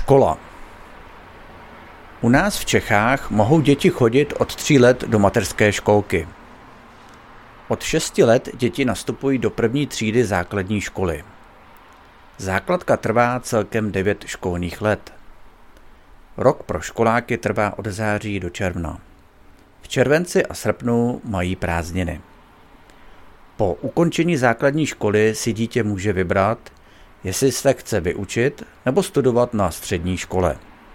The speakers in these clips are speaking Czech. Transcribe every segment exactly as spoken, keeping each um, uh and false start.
Škola. U nás v Čechách mohou děti chodit od tří let do mateřské školky. Od šesti let děti nastupují do první třídy základní školy. Základka trvá celkem devět školních let. Rok pro školáky trvá od září do června. V červenci a srpnu mají prázdniny. Po ukončení základní školy si dítě může vybrat, jestli se chce vyučit nebo studovat na střední škole.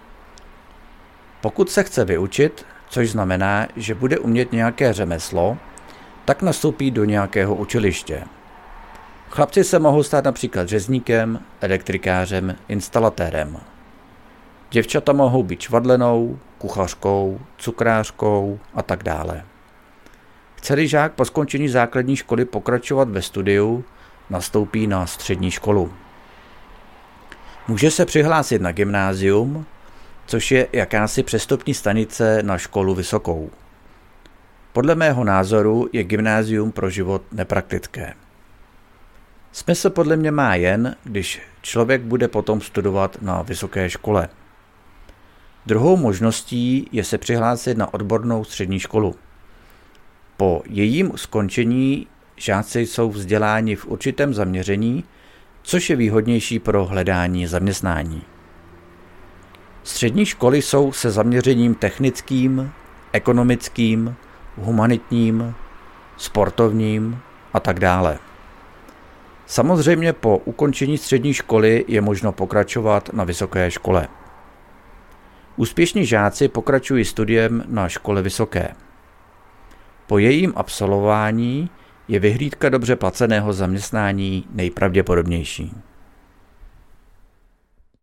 Pokud se chce vyučit, což znamená, že bude umět nějaké řemeslo, tak nastoupí do nějakého učiliště. Chlapci se mohou stát například řezníkem, elektrikářem, instalatérem. Děvčata mohou být švadlenou, kuchařkou, cukrářkou a tak dále. Chce-li žák po skončení základní školy pokračovat ve studiu, nastoupí na střední školu. Může se přihlásit na gymnázium, což je jakási přestupní stanice na školu vysokou. Podle mého názoru je gymnázium pro život nepraktické. Smysl podle mě má jen, když člověk bude potom studovat na vysoké škole. Druhou možností je se přihlásit na odbornou střední školu. Po jejím skončení žáci jsou vzděláni v určitém zaměření, což je výhodnější pro hledání zaměstnání. Střední školy jsou se zaměřením technickým, ekonomickým, humanitním, sportovním a tak dále. Samozřejmě po ukončení střední školy je možno pokračovat na vysoké škole. Úspěšní žáci pokračují studiem na škole vysoké. Po jejím absolvování je vyhlídka dobře placeného zaměstnání nejpravděpodobnější.